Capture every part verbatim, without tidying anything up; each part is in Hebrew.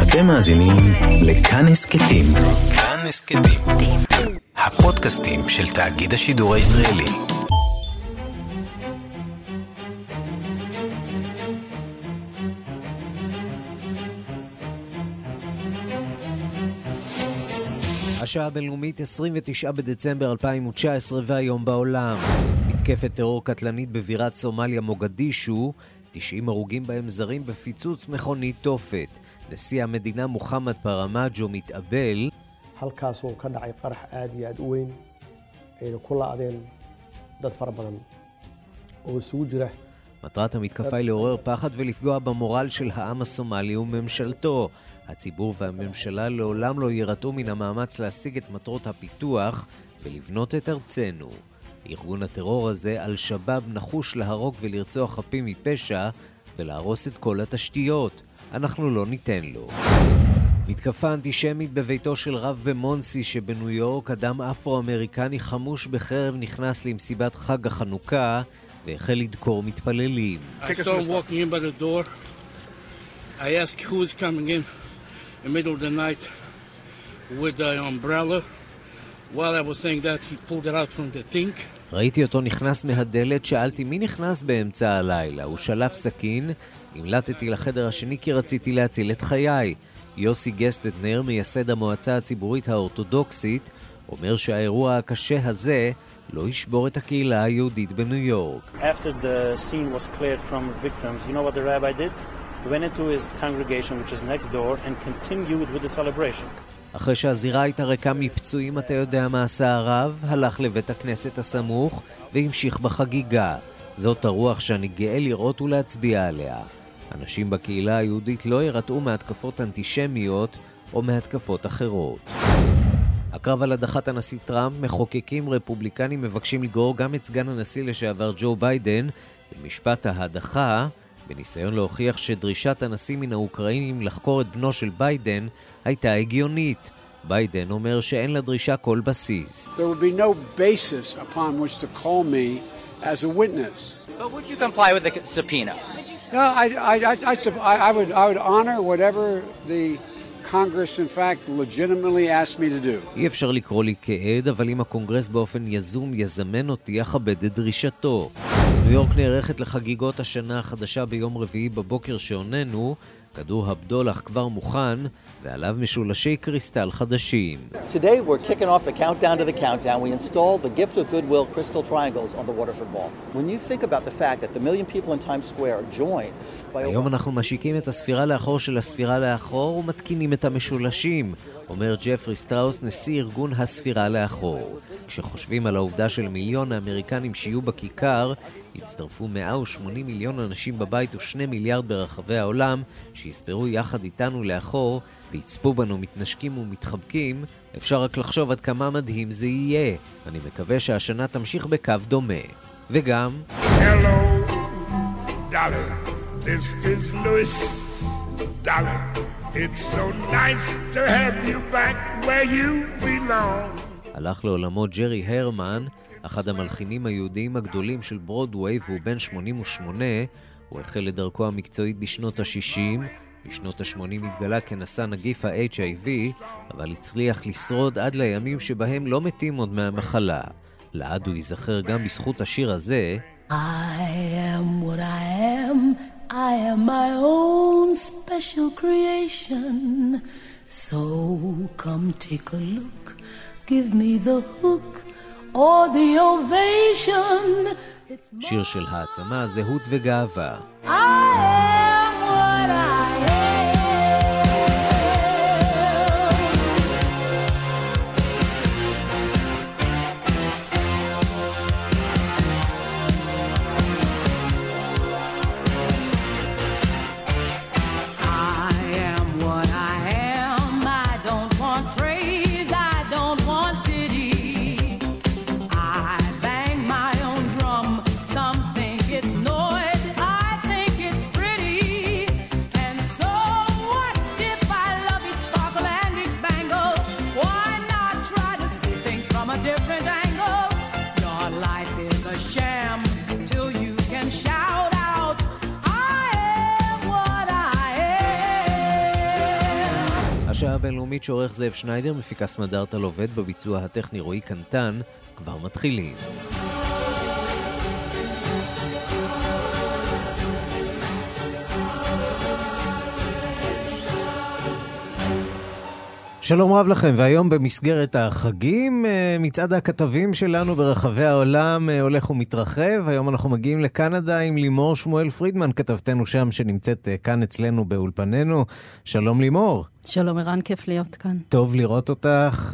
אתם מאזינים לכאן הסכתים. כאן הסכתים. הפודקאסטים של תאגיד השידור הישראלי. השעה הבינלאומית עשרים ותשעה בדצמבר אלפיים תשע עשרה והיום בעולם. מתקפת טרור קטלנית בבירת סומליה מוגדישו, תשעים הרוגים בהם זרים בפיצוץ מכונית תופת. נשיא המדינה מוחמד פרמג'ו מתאבל. halkaas oo ka dhacay qarax aad iyo aad u weyn ee ku laadeen dad fara badan oo isugu jira. מטרת המתקפה היא לעורר פחד ולפגוע במורל של העם הסומלי וממשלתו. הציבור והממשלה לעולם לא יירתעו מן המאמץ להשיג את מטרות הפיתוח ולבנות את ארצנו. ארגון הטרור הזה, אל-שבאב, נחוש להרוג ולרצוח חפים מפשע ולהרוס את כל התשתיות. אנחנו לא ניתן לו. מתקפה אנטישמית בביתו של רב במונסי שבניו יורק. אדם אפרו-אמריקני חמוש בחרב נכנס למסיבת חג החנוכה והחל לדקור מתפללים. I saw him walking in by the door. I asked who is coming in in the middle of the night with an umbrella. While I was saying that, he pulled it out from the thing. ראיתי אותו נכנס מהדלת, שאלתי מי נכנס באמצע הלילה. הוא שלף סכין, נמלטתי לחדר השני כי רציתי להציל את חיי. יוסי גסטנר, מייסד המועצה הציבורית האורתודוקסית, אומר שהאירוע הקשה הזה לא ישבור את הקהילה היהודית בניו יורק. After the scene was cleared from victims, you know what the rabbi did? He went into his congregation, which is next door, and continued with the celebration. אחרי שהזירה הייתה ריקה מפצועים, אתה יודע מה עשה הרב? הלך לבית הכנסת הסמוך והמשיך בחגיגה. זאת הרוח שאני גאה לראות ולהצביע עליה. אנשים בקהילה היהודית לא ירתעו מהתקפות אנטישמיות או מהתקפות אחרות. הקרב על הדחת הנשיא טראמפ, מחוקקים רפובליקנים מבקשים לגרור גם את סגן הנשיא לשעבר ג'ו ביידן למשפט ההדחה, בניסיון להוכיח שדרישת הנשיא מן האוקראינים לחקור את בנו של ביידן הייתה הגיונית. ביידן אומר שאין לדרישה כל בסיס. There would be no basis upon which to call me as a witness. But would you comply with the subpoena? No, I, I, I, I, I, would, I would honor whatever the Congress, in fact, legitimately asked me to do. אי אפשר לקרוא לי כעד, אבל אם הקונגרס באופן יזום יזמן אותי, אכבד את דרישתו. ניו יורק נערכת לחגיגות השנה החדשה ביום רביעי בבוקר שעוננו. כדור הבדולח כבר מוכן, ועליו משולשי קריסטל חדשים. Today we're kicking off the countdown to the countdown. We installed the Gift of Goodwill crystal triangles on the Waterford Mall. When you think about the fact that the million people in Times Square are joined by... היום אנחנו משיקים את הספירה לאחור של הספירה לאחור ומתקינים את המשולשים, אומר ג'פרי סטראוס, נשיא ארגון הספירה לאחור. כשחושבים על העובדה של מיליון האמריקנים שיהיו בכיכר, הצטרפו מאה ושמונים מיליון אנשים בבית ושני מיליארד ברחבי העולם שיספרו יחד איתנו לאחור ויצפו בנו מתנשקים ומתחבקים, אפשר רק לחשוב עד כמה מדהים זה יהיה. אני מקווה שהשנה תמשיך בקו דומה. וגם... Hello, darling, this is Louis, darling, it's so nice to have you back where you belong. הלך לעולמו ג'רי הרמן, אחד המלחינים היהודיים הגדולים של ברודווי, והוא בן שמונים ושמונה. הוא החל לדרכו המקצועית בשנות ה-שישים. בשנות ה-שמונים התגלה כנשא נגיף ה-אייץ' איי וי, אבל הצליח לשרוד עד לימים שבהם לא מתים עוד מהמחלה. לעד הוא ייזכר גם בזכות השיר הזה. I am what I am, I am my own special creation. So come take a look, give me the hook or the ovation. שיר של העצמה, זהות וגאווה. I am what I am. Pretty השעה הבינלאומית שעורך זאב שניידר, מפיקס מדארטה לובד, בביצוע הטכני רועי קנטן, כבר מתחילים. שלום רב לכם, והיום במסגרת החגים, מצעד הכתבים שלנו ברחבי העולם הולך ומתרחב. היום אנחנו מגיעים לקנדה עם לימור שמואל פרידמן, כתבתנו שם שנמצאת כאן אצלנו באולפננו. שלום לימור. שלום ערן, כיף להיות כאן. טוב לראות אותך.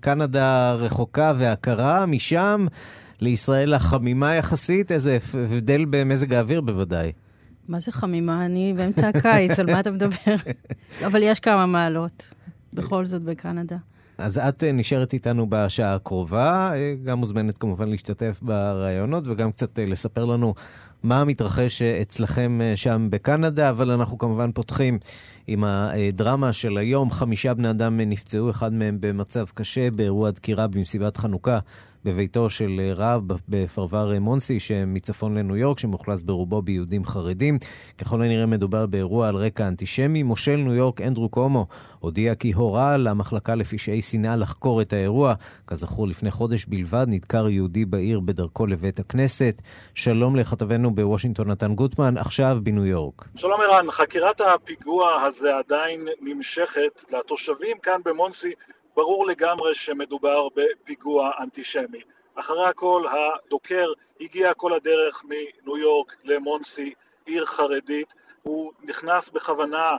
קנדה רחוקה והכרה, משם לישראל החמימה יחסית, איזה הבדל במזג האוויר בוודאי. מה זה חמימה? אני באמצע הקיץ, על מה אתה מדבר? אבל יש כמה מעלות. בכל זאת בקנדה. אז את נשארת איתנו בשעה הקרובה, גם מוזמנת כמובן להשתתף ברעיונות, וגם קצת לספר לנו מה מתרחש אצלכם שם בקנדה, אבל אנחנו כמובן פותחים עם הדרמה של היום. חמישה בני אדם נפצעו, אחד מהם במצב קשה, באירוע דקירה במסיבת חנוכה, בביתו של רב בפרבר מונסי, שמצפון לניו יורק, שמאוכלס ברובו ביהודים חרדים. ככל הנראה מדובר באירוע על רקע אנטישמי. מושל ניו יורק אנדרו קומו הודיע כי הורה למחלקה לפשעי שנאה לחקור את האירוע. כזכור, לפני חודש בלבד נדקר יהודי בעיר בדרכו לבית הכנסת. שלום לכתבנו בוושינגטון נתן גוטמן, עכשיו בניו יורק. שלום ערן, חקירת הפיגוע הזה עדיין נמשכת. לתושבים כאן במונסי ברור לגמרי שמדובר בפיגוע אנטישמי. אחרי הכל, הדוקר הגיע כל הדרך מניו יורק למונסי, עיר חרדית. הוא נכנס בכוונה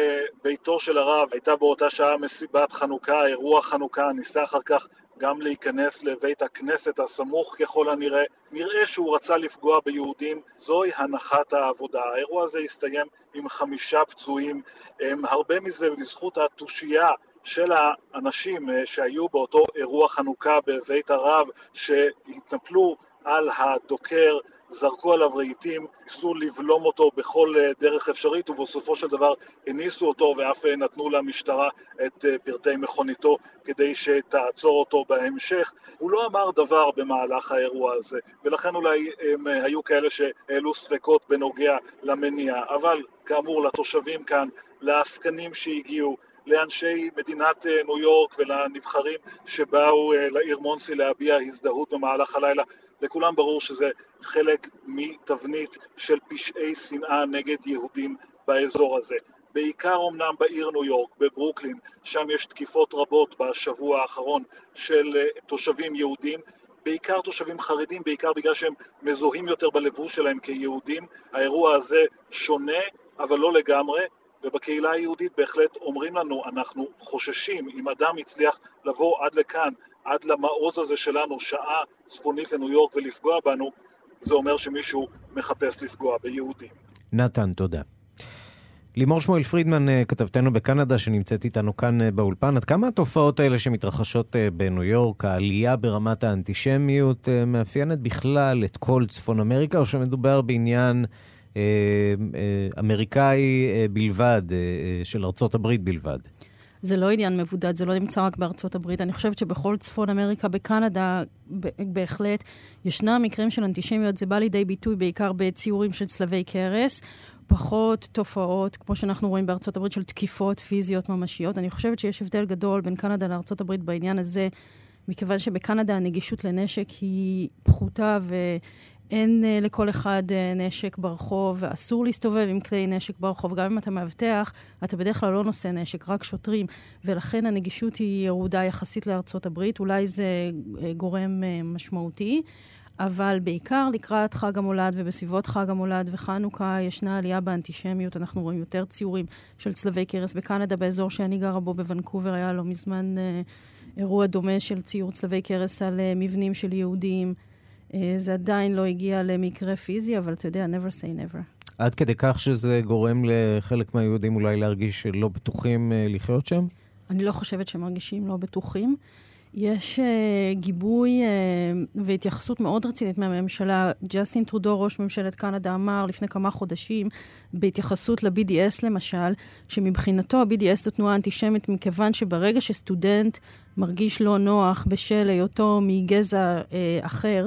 לביתו של הרב. הייתה באותה שעה מסיבת חנוכה, אירוע חנוכה. ניסה אחר כך גם להיכנס לבית הכנסת הסמוך ככל הנראה. נראה שהוא רצה לפגוע ביהודים. זוהי הנחת העבודה. האירוע הזה הסתיים עם חמישה פצועים. הרבה מזה בזכות התושייה של האנשים שהיו באותו אירוע חנוכה בבית הרב, שהתנפלו על הדוקר, זרקו עליו רהיטים, ניסו לבלום אותו בכל דרך אפשרית, ובסופו של דבר הניסו אותו ואף נתנו למשטרה את פרטי מכוניתו כדי שתעצור אותו בהמשך. הוא לא אמר דבר במהלך האירוע הזה, ולכן אולי הם היו כאלה שהעלו ספקות בנוגע למניע, אבל כאמור לתושבים כאן, לעסקנים שהגיעו, לאנשי מדינת ניו יורק ולנבחרים שבאו לעיר מונסי להביע הזדהות במהלך הלילה, לכולם ברור שזה חלק מתבנית של פשעי שנאה נגד יהודים באזור הזה. בעיקר אמנם בעיר ניו יורק, בברוקלין, שם יש תקיפות רבות בשבוע האחרון של תושבים יהודים, בעיקר תושבים חרדים, בעיקר בגלל שהם מזוהים יותר בלבוש שלהם כיהודים. האירוע הזה שונה, אבל לא לגמרי. ובקהילה היהודית בהחלט אומרים לנו, אנחנו חוששים, אם אדם הצליח לבוא עד לכאן, עד למעוז הזה שלנו, שעה צפונית לניו יורק ולפגוע בנו, זה אומר שמישהו מחפש לפגוע ביהודים. נתן, תודה. לימור שמואל פרידמן, כתבתנו בקנדה, שנמצאת איתנו כאן באולפן, עד כמה התופעות האלה שמתרחשות בניו יורק, העלייה ברמת האנטישמיות, מאפיינת בכלל את כל צפון אמריקה, או שמדובר בעניין אמריקאי בלבד, של ארצות הברית בלבד? זה לא עניין מבודד, זה לא נמצא רק בארצות הברית. אני חושבת שבכל צפון אמריקה, בקנדה, בהחלט, ישנם מקרים של אנטישמיות. זה בא לידי ביטוי בעיקר בציורים של צלבי קרס, פחות תופעות, כמו שאנחנו רואים בארצות הברית, של תקיפות פיזיות ממשיות. אני חושבת שיש הבדל גדול בין קנדה לארצות הברית בעניין הזה, מכיוון שבקנדה הנגישות לנשק היא פחותה ו... אין uh, לכל אחד uh, נשק ברחוב, ואסור להסתובב עם כלי נשק ברחוב. גם אם אתה מאבטח, אתה בדרך כלל לא נושא נשק, רק שוטרים, ולכן הנגישות היא ירודה יחסית לארצות הברית. אולי זה uh, גורם uh, משמעותי, אבל בעיקר לקראת חג המולד ובסביבות חג המולד וחנוכה ישנה עלייה באנטישמיות. אנחנו רואים יותר ציורים של צלבי קרס בקנדה, באזור שאני גרה בו בוונקובר, היה לא מזמן uh, אירוע דומה של ציור צלבי קרס על uh, מבנים של יהודים. זה עדיין לא הגיע למקרה פיזי, אבל אתה יודע, never say never. עד כדי כך שזה גורם לחלק מהיהודים אולי להרגיש שלא בטוחים לחיות שם? אני לא חושבת שמרגישים לא בטוחים. יש uh, גיבוי uh, והתייחסות מאוד רצינית מהממשלה. ג'סטין טרודו, ראש ממשלת קנדה, אמר לפני כמה חודשים, בהתייחסות ל-בי די אס למשל, שמבחינתו ה-בי די אס זו תנועה אנטישמית, מכיוון שברגע שסטודנט מרגיש לא נוח בשל היותו מגזע uh, אחר,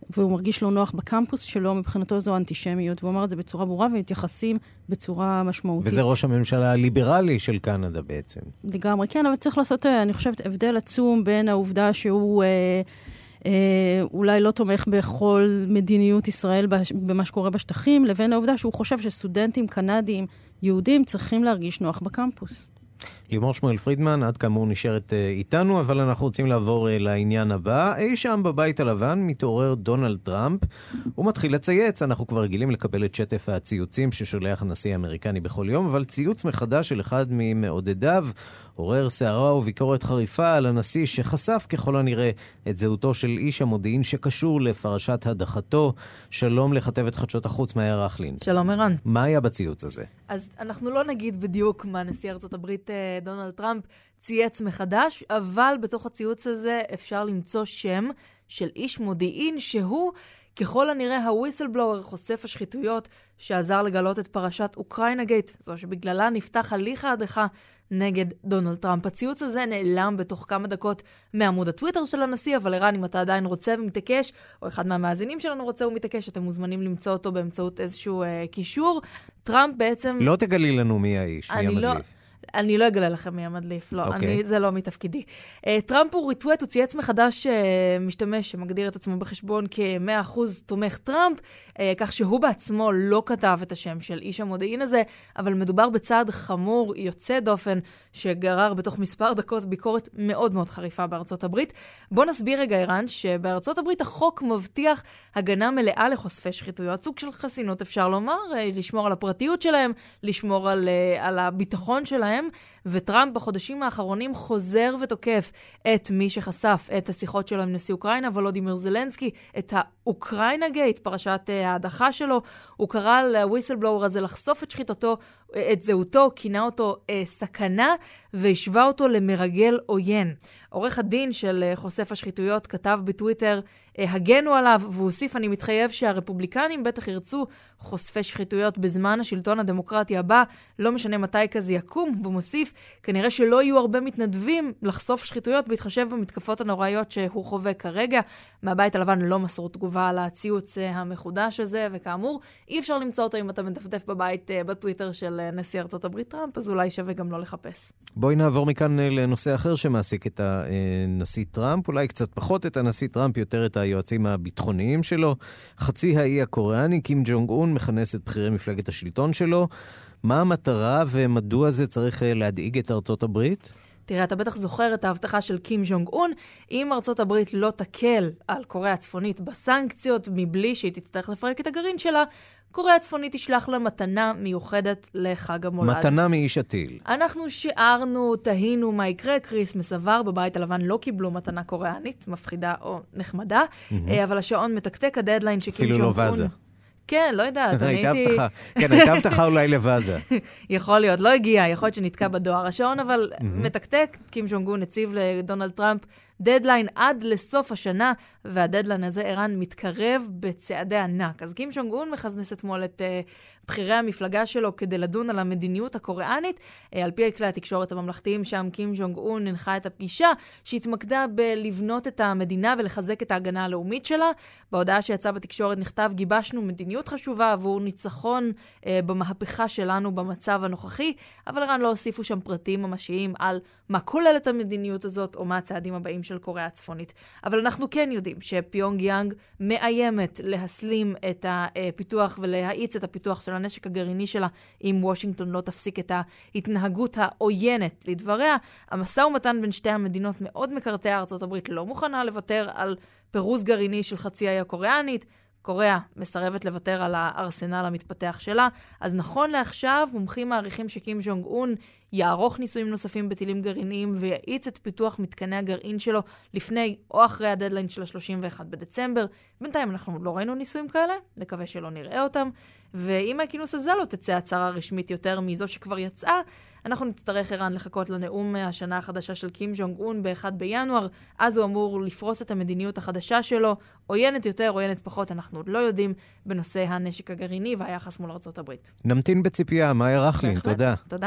והוא מרגיש לא נוח בקמפוס שלו, מבחינתו זו אנטישמיות, והוא אמר את זה בצורה ברורה, ומתייחסים בצורה משמעותית. וזה ראש הממשלה הליברלי של קנדה בעצם. לגמרי, כן, אבל צריך לעשות, אני חושבת, הבדל עצום בין העובדה שהוא אה, אה, אולי לא תומך בכל מדיניות ישראל במה שקורה בשטחים, לבין העובדה שהוא חושב שסטודנטים קנדיים יהודים צריכים להרגיש נוח בקמפוס. לימור שמואל פרידמן, עד כאמור נשארת איתנו, אבל אנחנו רוצים לעבור לעניין הבא. אי שם בבית הלבן מתעורר דונלד טראמפ, הוא מתחיל לצייץ, אנחנו כבר רגילים לקבל את שטף הציוצים ששולח הנשיא האמריקני בכל יום, אבל ציוץ מחדש של אחד ממעודדיו עורר סערה וביקורת חריפה על הנשיא שחשף ככל הנראה את זהותו של איש המודיעין שקשור לפרשת הדחתו. שלום לכתבת חדשות החוץ מאיה רכלין. שלום ערן. מה היה בציוץ הזה? אז אנחנו לא נגיד בדיוק מה נשיא ארצות הברית דונלד טראמפ צייץ מחדש, אבל בתוך הציוץ הזה אפשר למצוא שם של איש מודיעין שהוא ככל הנראה הוויסלבלואר, חושף השחיתויות שעזר לגלות את פרשת אוקראינה גייט, זו שבגללה נפתח הליך ההדחה נגד דונלד טראמפ. הציוץ הזה נעלם בתוך כמה דקות מעמוד הטוויטר של הנשיא, אבל ערן, אם אתה עדיין רוצה ומתעקש, או אחד מהמאזינים שלנו רוצה ומתעקש, אתם מוזמנים למצוא אותו באמצעות איזשהו אה, קישור. טראמפ בעצם... לא תגלי לנו מי האיש, מי המדליף. לא... אני לא אגלה לכם מי המדליף, לא, okay. אני, זה לא מתפקידי. Uh, טראמפ הוא ריטווט, הוא צייץ מחדש uh, משתמש שמגדיר את עצמו בחשבון כ-מאה אחוז תומך טראמפ, uh, כך שהוא בעצמו לא כתב את השם של איש המודיעין הזה, אבל מדובר בצעד חמור, יוצא דופן, שגרר בתוך מספר דקות ביקורת מאוד מאוד חריפה בארצות הברית. בוא נסביר רגע, ערן, שבארצות הברית החוק מבטיח הגנה מלאה לחושפי שחיתויות, סוג של חסינות אפשר לומר, uh, לשמור על הפרטיות שלהם, לשמור על, uh, על הביטחון שלהם, וטראמפ בחודשים האחרונים חוזר ותוקף את מי שחשף את השיחות שלו עם נשיא אוקראינה, וולודימיר זלנסקי, את האוקראינה גייט, פרשת ההדחה שלו. הוא קרא לוויסלבלואר הזה לחשוף את שחיתתו, את זהותו, כינה אותו אה, סכנה, והשווה אותו למרגל עוין. עורך הדין של אה, חושף השחיתויות כתב בטוויטר, אה, הגנו עליו, והוסיף, אני מתחייב שהרפובליקנים בטח ירצו חושפי שחיתויות בזמן השלטון הדמוקרטי הבא, לא משנה מתי כזה יקום, ומוסיף, כנראה שלא יהיו הרבה מתנדבים לחשוף שחיתויות, בהתחשב במתקפות הנוראיות שהוא חווה כרגע. מהבית הלבן לא מסרו תגובה על הציוץ אה, המחודש הזה, וכאמור, אי אפשר למצוא אותו אם אתה מדפדף בבית אה, בטוויטר של נשיא ארצות הברית טראמפ, אז אולי שווה גם לא לחפש. בואי נעבור מכאן לנושא אחר שמעסיק את הנשיא טראמפ, אולי קצת פחות את הנשיא טראמפ, יותר את היועצים הביטחוניים שלו. חצי האי הקוריאני, קים ג'ונג און, מכנס את בכירי מפלגת השלטון שלו. מה המטרה ומדוע זה צריך להדאיג את ארצות הברית? תראה, אתה בטח זוכר את ההבטחה של קים ג'ונג און, אם ארצות הברית לא תקל על קוריאה הצפונית בסנקציות מבלי שהיא תצטרך לפרק את הגרעין שלה, קוריאה הצפונית תשלח לה מתנה מיוחדת לחג המולד. מתנה מאיש הטיל. אנחנו שיערנו, תהינו מה יקרה, קריסמס עבר, בבית הלבן לא קיבלו מתנה קוריאנית, מפחידה או נחמדה, mm-hmm. אבל השעון מתקתק, הדדליין שקים ג'ונג און... אפילו לא וזה. כן, לא יודעת, אני הייתי... כן, הייתה הבטחה אולי לבאזה. יכול להיות, לא הגיע, יכול להיות שנתקע בדואר השעון, אבל מתקתק, קים ג'ונג און הציב לדונלד טראמפ דדליין עד לסוף השנה, והדדליין הזה, ערן, מתקרב בצעדי ענק. אז קים ג'ונג און מכנס אתמול את uh, בחירי המפלגה שלו כדי לדון על המדיניות הקוריאנית. Uh, על פי כלי התקשורת הממלכתיים, שם קים ג'ונג און הנחה את הפגישה, שהתמקדה בלבנות את המדינה ולחזק את ההגנה הלאומית שלה. בהודעה שיצאה בתקשורת נכתב, גיבשנו מדיניות חשובה עבור ניצחון uh, במהפכה שלנו במצב הנוכחי, אבל ערן לא הוסיפו שם פרטים ממשיים על מה כוללת המדיניות הזאת, או מה הצעדים הבאים של קוריאה הצפונית. אבל אנחנו כן יודעים שפיונג יאנג מאיימת להסלים את הפיתוח ולהאיץ את הפיתוח של הנשק הגרעיני שלה, אם וושינגטון לא תפסיק את ההתנהגות העוינת לדבריה. המשא ומתן בין שתי המדינות מאוד מקרטע, ארצות הברית לא מוכנה לוותר על פירוז גרעיני של חצי האי הקוריאנית, קוריאה מסרבת לוותר על הארסנל המתפתח שלה, אז נכון לעכשיו, מומחים מעריכים שקים ג'ונג און יערוך ניסויים נוספים בטילים גרעיניים ויעיץ את פיתוח מתקני הגרעין שלו לפני או אחרי הדדליין של ה-שלושים ואחד בדצמבר. בינתיים אנחנו לא ראינו ניסויים כאלה, נקווה שלא נראה אותם, ואם הכינוס הזה לא תצא הצהרה רשמית יותר מזו שכבר יצאה, אנחנו נצטרך ערן לחכות לנאום השנה החדשה של קים ג'ונג און ב-אחד בינואר, אז הוא אמור לפרוס את המדיניות החדשה שלו, עוינת יותר, עוינת פחות, אנחנו עוד לא יודעים בנושא הנשק הגרעיני והיחס מול ארצות הברית. נמתין בציפייה, מאיה רכלין, תודה. תודה.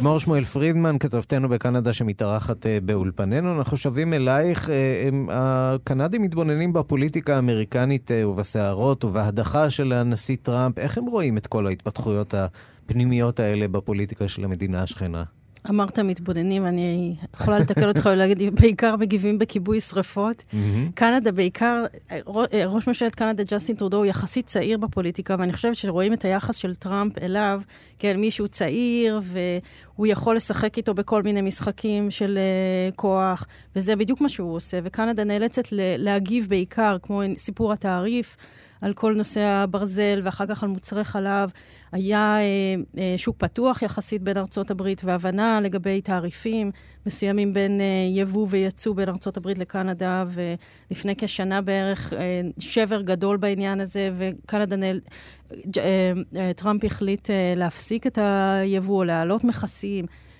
לימור שמואל פרידמן, כתבתנו בקנדה שמתארחת באולפנינו. אנחנו שבים אלייך. הקנדים מתבוננים בפוליטיקה האמריקנית ובסערות ובהדחה של הנשיא טראמפ. איך הם רואים את כל ההתפתחויות הפנימיות האלה בפוליטיקה של המדינה השכנה? אמרת מתבוננים, אני יכולה לתקל אותך ולהגיד, בעיקר מגיבים בכיבוי שריפות. קנדה בעיקר, ראש ממשלת קנדה ג'סטין טרודו הוא יחסית צעיר בפוליטיקה, ואני חושבת שרואים את היחס של טראמפ אליו כאל מישהו צעיר, והוא יכול לשחק איתו בכל מיני משחקים של כוח, וזה בדיוק מה שהוא עושה, וקנדה נאלצת להגיב בעיקר, כמו סיפור התעריף, על כל נושא הברזל, ואחר כך על מוצרי חלב. היה אה, אה, שוק פתוח יחסית בין ארצות הברית, והבנה לגבי תעריפים מסוימים בין אה, יבוא ויצוא בין ארצות הברית לקנדה, ולפני כשנה בערך אה, שבר גדול בעניין הזה, וקנדה נל... אה, אה, טראמפ החליט אה, להפסיק את היבוא, או להעלות מכסים,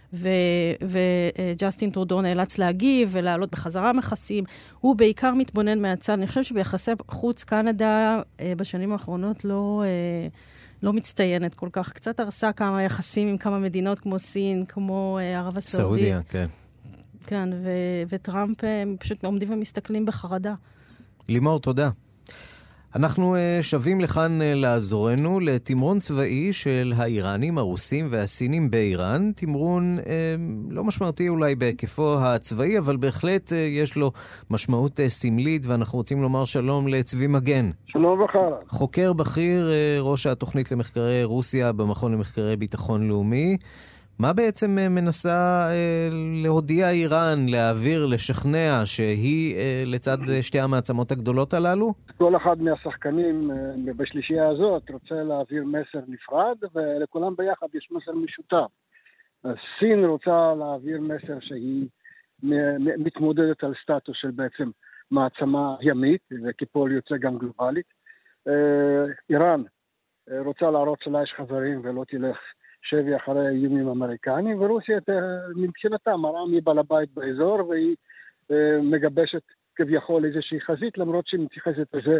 וג'סטין טרודו נאלץ להגיב ולהעלות בחזרה מכסים. הוא בעיקר מתבונן מהצד. אני חושבת שביחסי חוץ קנדה בשנים האחרונות לא, לא מצטיינת כל כך. קצת הרסה כמה יחסים עם כמה מדינות כמו סין, כמו ערב הסעודית. סעודיה, כן. כן, ו- וטראמפ פשוט עומדים ומסתכלים בחרדה. לימור, תודה. אנחנו שווים לכאן לעזורנו לתמרון צבאי של האיראנים, הרוסים והסינים באיראן. תמרון לא משמעותי אולי בהיקפו הצבאי, אבל בהחלט יש לו משמעות סמלית, ואנחנו רוצים לומר שלום לצבי מגן. שלום בחר. חוקר בכיר, ראש התוכנית למחקרי רוסיה במכון למחקרי ביטחון לאומי. מה בעצם מנסה אה, להודיע איראן, להעביר, לשכנע שהיא אה, לצד שתי המעצמות הגדולות הללו? כל אחד מהשחקנים אה, בשלישייה הזאת רוצה להעביר מסר נפרד, ולכולם ביחד יש מסר משותף. סין רוצה להעביר מסר שהיא מתמודדת על סטטוס של בעצם מעצמה ימית, וכפועל יוצא גם גלובלית. אה, איראן אה, רוצה להראות שלה יש חברים ולא תלך שבי אחרי האיומים האמריקנים, ורוסיה מבחינתה מראה מי בעל הבית באזור, והיא אה, מגבשת כביכול איזושהי חזית, למרות שהיא מתייחסת לזה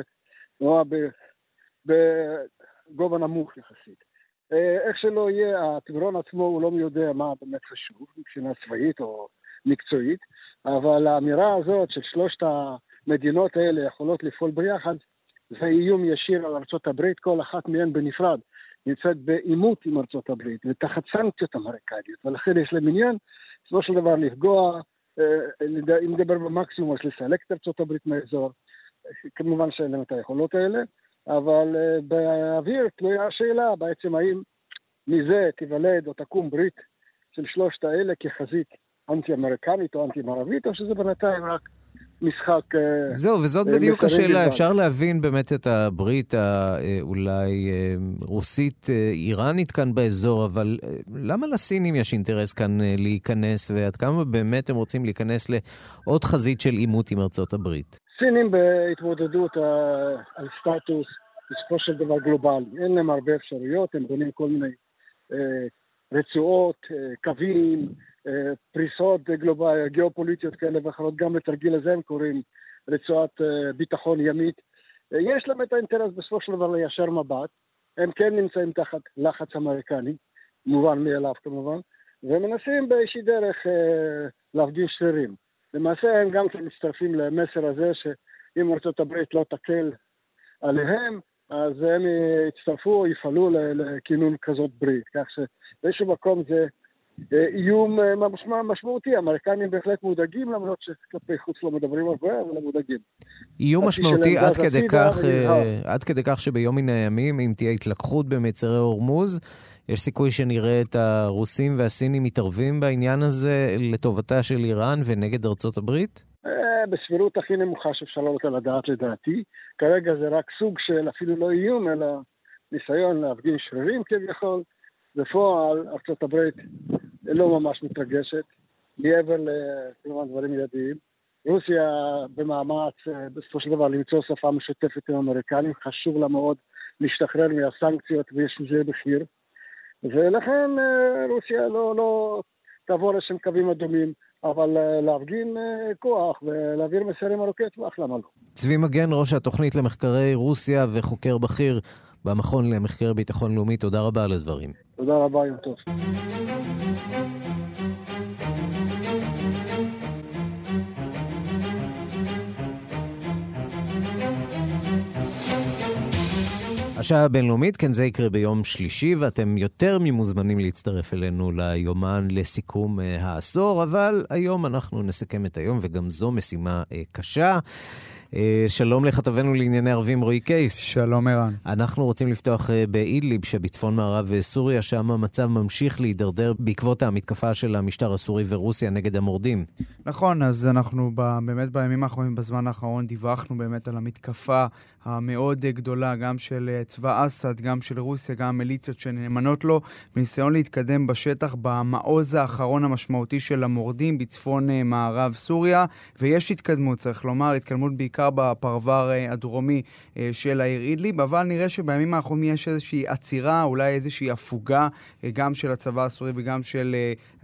בגובה נמוך יחסית. אה, איך שלא יהיה, התמרון עצמו הוא לא יודע מה באמת חשוב, מבחינה צבאית או מקצועית, אבל האמירה הזאת של שלושת המדינות האלה יכולות לפעול ביחד, זה איום ישיר על ארצות הברית, כל אחת מהן בנפרד. נמצאת בעימות עם ארצות הברית, ותחת סנקציות אמריקניות, ולכן יש להם עניין, בסופו של דבר לפגוע, אם נדבר במקסימום, אז לסלק את ארצות הברית מהאזור, כמובן שאין להם את היכולות האלה, אבל באוויר תלויה השאלה, בעצם האם מזה תיוולד או תקום ברית של שלושת האלה כחזית אנטי-אמריקנית או אנטי-מערבית, או שזה בינתיים רק משחק... זהו, וזאת בדיוק השאלה. אפשר להבין באמת את הברית האולי רוסית-איראנית כאן באזור, אבל למה לסינים יש אינטרס כאן להיכנס, ועד כמה באמת הם רוצים להיכנס לעוד חזית של עימות עם ארצות הברית? סינים בהתמודדות על סטטוס בסופו של דבר גלובלי. אין להם הרבה אפשרויות, הם בונים כל מיני רצועות, קווים, פריסות גלובליות, גיאופוליטיות כאלה ואחרות, גם לתרגיל הזה הם קוראים רצועת ביטחון ימית. יש להם את האינטרס בסופו של דבר ליישר מבט, הם כן נמצאים תחת לחץ אמריקני, מובן מאליו כמובן, ומנסים באיזושהי דרך להפגיש שרירים. למעשה הם גם כן מצטרפים למסר הזה שאם ארצות הברית לא תקל עליהם, אז הם יצטרפו או יפעלו לכינון כזאת ברית, כך שבאיזשהו מקום זה איום משמעותי. האמריקנים בהחלט מודאגים, למרות שכלפי חוץ לא מדברים הרבה, אבל הם מודאגים. איום משמעותי עד כדי כך, עד כדי כך שביום מן הימים, אם תהיה התלקחות במצרי הורמוז, יש סיכוי שנראה את הרוסים והסינים מתערבים בעניין הזה לטובתה של איראן ונגד ארצות הברית? בסבירות הכי נמוכה שאפשר לעלות על הדעת לדעתי. כרגע זה רק סוג של אפילו לא איום, אלא ניסיון להפגין שרירים כביכול. בפועל, ארצות הברית לא ממש מתרגשת, מעבר לכמה דברים ידיים. רוסיה במאמץ, בסופו של דבר, למצוא שפה משותפת עם האמריקנים, חשוב לה מאוד להשתחרר מהסנקציות, ויש לזה מחיר. ולכן רוסיה לא, לא תעבור לשם קווים אדומים, אבל להפגין כוח ולהעביר מסרים ארוכי טווח, למה לא? צבי מגן, ראש התוכנית למחקרי רוסיה וחוקר בכיר במכון למחקר ביטחון לאומי, תודה רבה על הדברים. תודה רבה, יום טוב. השעה הבינלאומית, כן, זה יקרה ביום שלישי, ואתם יותר ממוזמנים להצטרף אלינו ליומן לסיכום העשור, אבל היום אנחנו נסכם את היום, וגם זו משימה קשה. שלום לכתבנו לענייני ערבים רועי קייס. שלום ערן. אנחנו רוצים לפתוח באידליב שבצפון מערב סוריה, שם המצב ממשיך להידרדר בעקבות המתקפה של המשטר הסורי ורוסיה נגד המורדים. נכון, אז אנחנו באמת בימים האחרונים, בזמן האחרון, דיווחנו באמת על המתקפה המאוד גדולה, גם של צבא אסד, גם של רוסיה, גם המיליציות שנאמנות לו, בניסיון להתקדם בשטח במעוז האחרון המשמעותי של המורדים בצפון מערב סוריה, ויש התקדמות, צריך לומר, התקדמות בעיקר בפרבר הדרומי של העיר אידליב, אבל נראה שבימים האחרונים יש איזושהי עצירה, אולי איזושהי הפוגה, גם של הצבא הסורי וגם של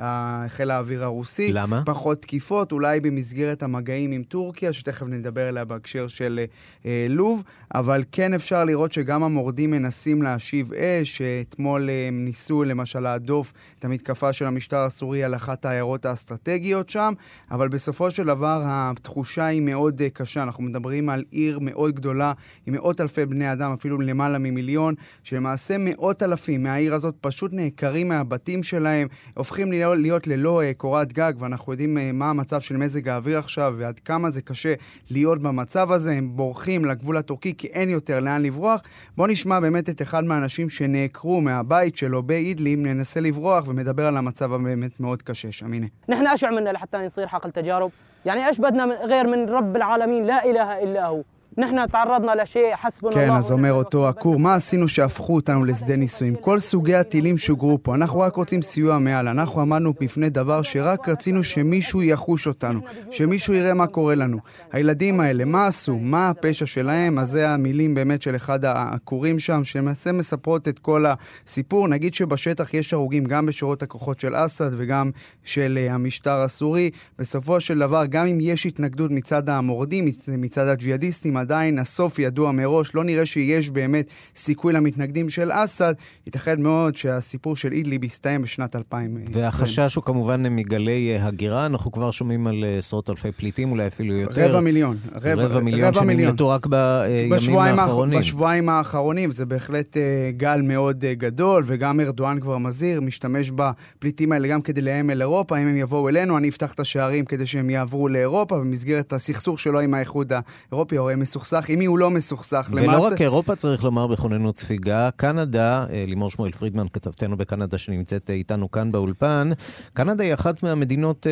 חיל האוויר הרוסי. למה? פחות תקיפות, אולי במסגרת המגעים עם טורקיה, שתכף נדבר עליה בהקשר של לוב, אבל כן אפשר לראות שגם המורדים מנסים להשיב אש, שאתמול הם ניסו למשל להדוף את המתקפה של המשטר הסורי על אחת העיירות האסטרטגיות שם, אבל בסופו של דבר התחושה היא מאוד קשה. אנחנו מדברים על עיר מאוד גדולה, עם מאות אלפי בני אדם, אפילו למעלה ממיליון, שלמעשה מאות אלפים מהעיר הזאת פשוט נעקרים מהבתים שלהם, הופכים להיות, להיות ללא קורת גג, ואנחנו יודעים מה המצב של מזג האוויר עכשיו, ועד כמה זה קשה להיות במצב הזה. הם בורחים לגבול הטורקי, כי אין יותר לאן לברוח. בוא נשמע באמת את אחד מהאנשים שנעקרו מהבית שלו באידליב, ננסה לברוח ומדבר על המצב הבאמת מאוד קשה שם. הנה. نحن ايش عملنا لحتى نصير حقل تجارب؟ يعني ايش بدنا غير من رب العالمين لا اله الا هو. אנחנו تعرضنا לשי חסבונה כן, אז אומר אותו עקור, מה עשינו שהפכו אותנו לשדה ניסויים? כל סוגי הטילים שוגרו פה, אנחנו רק רוצים סיוע מעל, אנחנו עמדנו בפני דבר שרק רצינו שמישהו יחוש אותנו, שמישהו יראה מה קורה לנו. הילדים האלה, מה עשו? מה הפשע שלהם? אז זה המילים באמת של אחד העקורים שם, שמעשה מספרות את כל הסיפור. נגיד שבשטח יש הרוגים גם בשורות הכוחות של אסד וגם של המשטר הסורי. בסופו של דבר, גם אם יש התנגדות מצד המורדים, מצד הג'יהאדיסטים, עדיין הסוף ידוע מראש, לא נראה שיש באמת סיכוי למתנגדים של אסד. ייתכן מאוד שהסיפור של אידליב יסתיים בשנת אלפיים ועשרים. והחשש הוא כמובן מגלי הגירה, אנחנו כבר שומעים על עשרות אלפי פליטים, אולי אפילו יותר. רבע מיליון. רבע, רבע מיליון שנמלטו רק בימים האחרונים. בשבועיים האחרונים, זה בהחלט גל מאוד גדול, וגם ארדואן כבר מזהיר, משתמש בפליטים האלה גם כדי להם אל אירופה. אם הם יבואו אלינו, אני אפתח את השערים כדי שהם יעברו לאירופה, במסגרת הסכסוך שלו עם האיחוד האירופי, או מסוכסך, אם הוא לא מסוכסך. ולא למעשה... רק אירופה צריך לומר בכוננות ספיגה, קנדה, לימור שמואל פרידמן, כתבתנו בקנדה שנמצאת איתנו כאן באולפן, קנדה היא אחת מהמדינות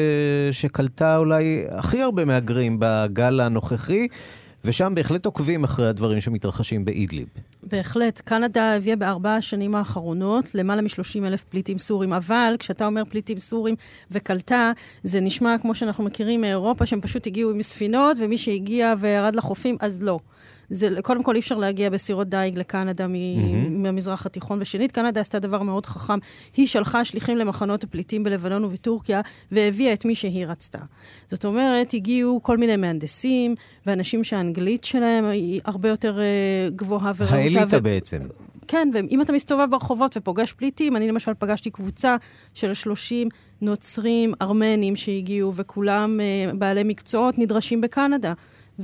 שקלטה אולי הכי הרבה מהגרים בגל הנוכחי, ושם בהחלט עוקבים אחרי הדברים שמתרחשים באידליב. בהחלט. קנדה הביאה בארבע השנים האחרונות למעלה מ-שלושים אלף פליטים סורים, אבל כשאתה אומר פליטים סורים וקלטה, זה נשמע כמו שאנחנו מכירים מאירופה, שהם פשוט הגיעו עם ספינות, ומי שהגיע וירד לחופים, אז לא. זה, קודם כל אי אפשר להגיע בסירות דייג לקנדה מ- mm-hmm. מהמזרח התיכון, ושנית, קנדה עשתה דבר מאוד חכם. היא שלחה שליחים למחנות הפליטים בלבנון ובטורקיה, והביאה את מי שהיא רצתה. זאת אומרת, הגיעו כל מיני מהנדסים, ואנשים שהאנגלית שלהם היא הרבה יותר uh, גבוהה ורעותה. האליטה ו... בעצם. כן, ואם אתה מסתובב ברחובות ופוגש פליטים, אני למשל פגשתי קבוצה של שלושים נוצרים ארמנים שהגיעו, וכולם uh, בעלי מקצועות נדרשים בקנדה.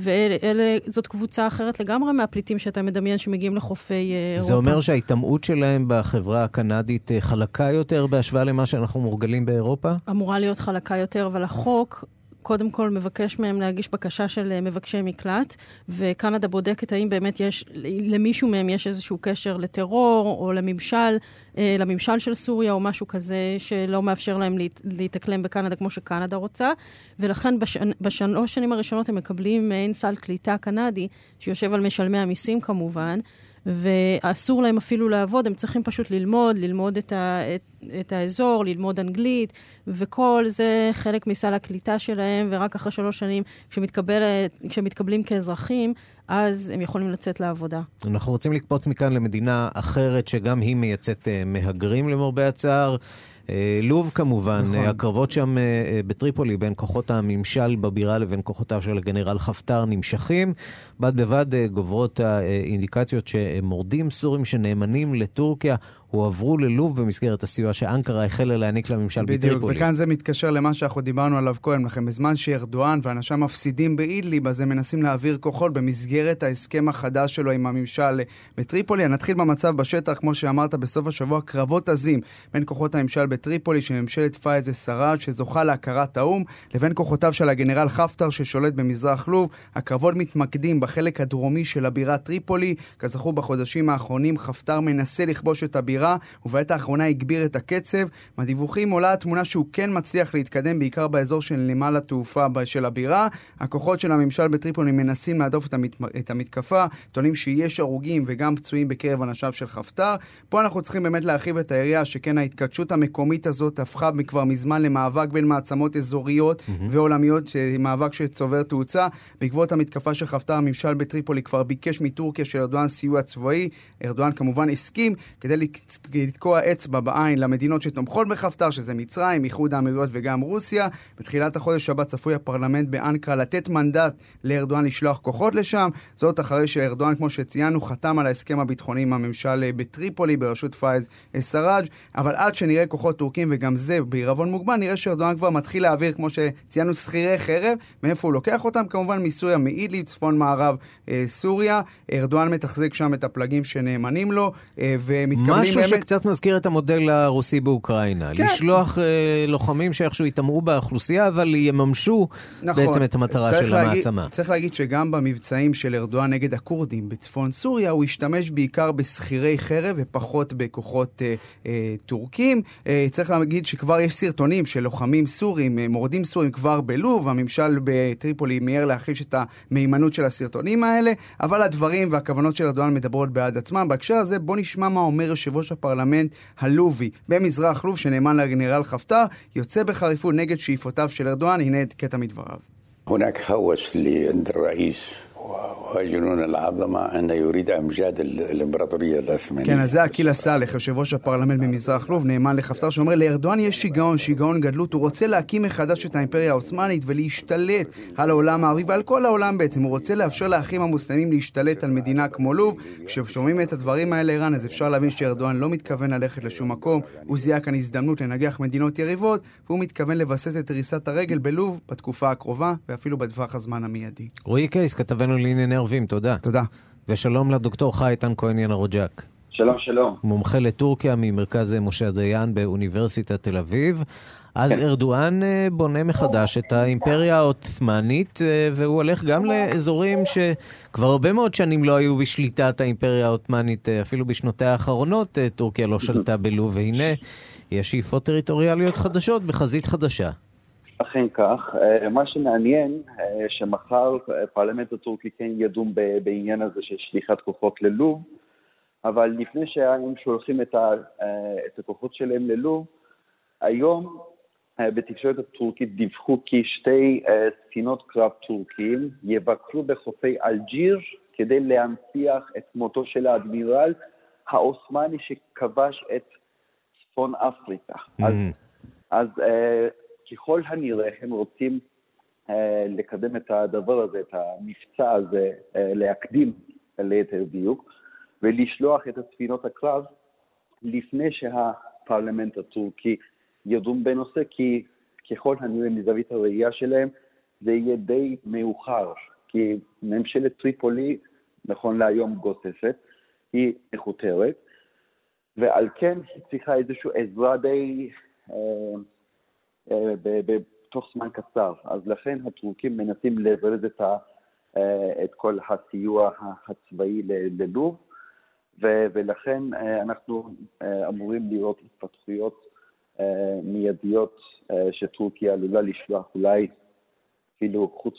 וזאת קבוצה אחרת לגמרי מהפליטים שאתה מדמיין שמגיעים לחופי אירופה. זה אומר שההתאמות שלהם בחברה הקנדית חלקה יותר בהשוואה למה שאנחנו מורגלים באירופה? אמורה להיות חלקה יותר, אבל החוק קודם כל מבקש מהם להגיש בקשה של מבקשי מקלט, וקנדה בודקת האם באמת יש, למישהו מהם יש איזשהו קשר לטרור, או לממשל, לממשל של סוריה, או משהו כזה שלא מאפשר להם להתאקלם בקנדה כמו שקנדה רוצה, ולכן בשנ, בשלוש שנים הראשונות הם מקבלים מעין סל קליטה קנדי, שיושב על משלמי המיסים כמובן, ואסור להם אפילו לעבוד, הם צריכים פשוט ללמוד, ללמוד את, ה, את, את האזור, ללמוד אנגלית, וכל זה חלק מסל הקליטה שלהם, ורק אחרי שלוש שנים, כשמתקבל, כשמתקבלים כאזרחים, אז הם יכולים לצאת לעבודה. אנחנו רוצים לקפוץ מכאן למדינה אחרת, שגם היא מייצאת מהגרים למרבה הצער, לוב כמובן, נכון. הקרבות שם בטריפולי בין כוחות הממשל בבירה לבין כוחותיו של הגנרל חפטר נמשכים. בד בבד גוברות האינדיקציות שמורדים סורים שנאמנים לטורקיה הועברו ללוב במסגרת הסיוע שאנקרה החלה להעניק לממשל בטריפולי. בדיוק, וכאן זה מתקשר למה שאנחנו דיברנו עליו קודם לכם. בזמן שארדואן ואנשיו מפסידים באידליב, אז הם מנסים להעביר כוחות במסגרת ההסכם החדש שלו עם הממשל בטריפולי. נתחיל במצב בשטח, כמו שאמרת בסוף השבוע, קרבות עזים בין כוחות הממשל בטריפולי, שממשלת פאיז א-סראג' שזוכה להכרת האום, לבין כוחותיו של הגנרל חפטר ששולט במזרח לוב. הקרבות מתמקדים בחלק הדרומי של הבירה טריפולי. כזכו בחודשים האחרונים, חפטר מנסה לכבוש את הבירה, ובעת האחרונה הגביר את הקצב. מהדיווחים עולה התמונה שהוא כן מצליח להתקדם, בעיקר באזור של נמל התעופה של הבירה. הכוחות של הממשל בטריפולי מנסים להדוף את, המת... את המתקפה, טוענים שיש הרוגים וגם פצועים בקרב אנשיו של חפטר. פה אנחנו צריכים באמת להרחיב את היריעה, שכן ההתקדשות המקומית הזאת הפכה כבר מזמן למאבק בין מעצמות אזוריות mm-hmm. ועולמיות, מאבק שצובר תאוצה. בעקבות המתקפה של חפטר, הממשל בטריפולי כבר ביקש מטורקיה של ארדואן סיוע צבאי. ארדואן כמובן הסכים כדי לתקוע אצבע בעין למדינות שתומכות בחפטר, שזה מצרים, איחוד האמירויות וגם רוסיה. בתחילת החודש הבא צפוי הפרלמנט באנקרה לתת מנדט לארדואן לשלוח כוחות לשם. זאת אחרי שארדואן, כמו שציינו, חתם על ההסכם הביטחוני עם הממשל בטריפולי בראשות פאיז א-סראג'. אבל עד שנראה כוחות טורקים, וגם זה בעירבון מוגבל, נראה שארדואן כבר מתחיל להעביר, כמו שציינו, שכירי חרב. מאיפה הוא לוקח אותם? כמובן מסוריה, מאידליב, צפון מערב אה, סוריה. ארדואן מתחזק שם את הפלגים שנאמנים לו, אה, ומתכוונים משהו באמת... שקצת מזכיר את המודל הרוסי באוקראינה. כן. לשלוח אה, לוחמים שאיכשהו יתאמרו באוכלוסייה, אבל יממשו נכון. בעצם את המטרה של להגיד, המעצמה. צריך להגיד שגם במבצעים של ארדואן נגד הכורדים בצפון סוריה, הוא השתמש בעיקר בסחירי חרב ופחות בכוחות אה, אה, טורקים. אה, צריך להגיד שכבר יש סרטונים של לוחמים סורים, אה, מורדים סורים כבר בלוב, הממשל בטריפולי מיהר להחיש את המהימנות של הסרטונים האלה, אבל הדברים והכוונות של ארדואן מדברות בעד עצמם. בהקשר הזה בוא נשמע מה אומר יושב ראש הפרלמנט הלובי במזרח לוב, שנאמן לגנרל חפטר, יוצא בחריפות נגד שאיפותיו של ארדואן. הנה קטע מדבריו. هناك هوس عند الرئيس وجنون العظمة أن يريد أمجاد الإمبراطورية العثمانية. כן, אז זה אקיל סאלח, יושב ראש הפרלמנט במזרח לוב, נאמן לחפטר, שאומר לארדואן יש שיגעון, שיגעון גדלות, הוא רוצה להקים מחדש את האימפריה העות'מאנית ולהשתלט על העולם הערבי ועל כל העולם בעצם. הוא רוצה לאפשר לאחים המוסלמים להשתלט על מדינה כמו לוב. כששומעים את הדברים האלה איראן, אז אפשר להבין שארדואן לא מתכוון ללכת לשום מקום. הוא זיהה כאן הזדמנות לנגח מדינות יריבות, והוא מתכוון לבסס את ריסת הרגל בלוב בתקופה הקרובה ואפילו בטווח הזמן המיידי. רועי קייס, כתבנו לענייני ערבים, תודה. תודה. ושלום לדוקטור חי איתן כהן ינרוג'ק. שלום, שלום. מומחה לטורקיה ממרכז משה דיין באוניברסיטת תל אביב. אז כן. ארדואן בונה מחדש את האימפריה העות'מאנית, והוא הולך גם לאזורים שכבר הרבה מאוד שנים לא היו בשליטת האימפריה העות'מאנית, אפילו בשנותיה האחרונות טורקיה לא שלטה בלוב, והנה יש שאיפות טריטוריאליות חדשות בחזית חדשה. אכן כך. מה שמעניין, שמחר פרלמנט הטורקי כן ידון בעניין הזה של שליחת כוחות ללוב, אבל לפני שהם שולחים את, ה, את הכוחות שלהם ללוב, היום בתקשורת הטורקית דיווחו כי שתי ספינות קרב טורקים יבקרו בחופי אלג'יר כדי להנציח את מותו של האדמירל העות'מאני שכבש את צפון אפריקה. Mm. אז, אז ככל הנראה הם רוצים לקדם את הדבר הזה, את המבצע הזה, להקדים ליתר דיוק, ולשלוח את הספינות הקרב לפני שהפרלמנט הטורקי ידון בנושא, כי ככל הנראה מזווית הראייה שלהם זה יהיה די מאוחר, כי ממשלת טריפולי נכון להיום גוססת, היא מחותרת, ועל כן היא צריכה איזושהי עזרה די אה, אה, בתוך זמן קצר. אז לכן הטורקים מנסים לזרז את, ה, אה, את כל הסיוע הצבאי ללוב, ולכן אנחנו אמורים לראות התפתחויות מיידיות שטורקיה עלולה לשלוח, אולי אפילו חוץ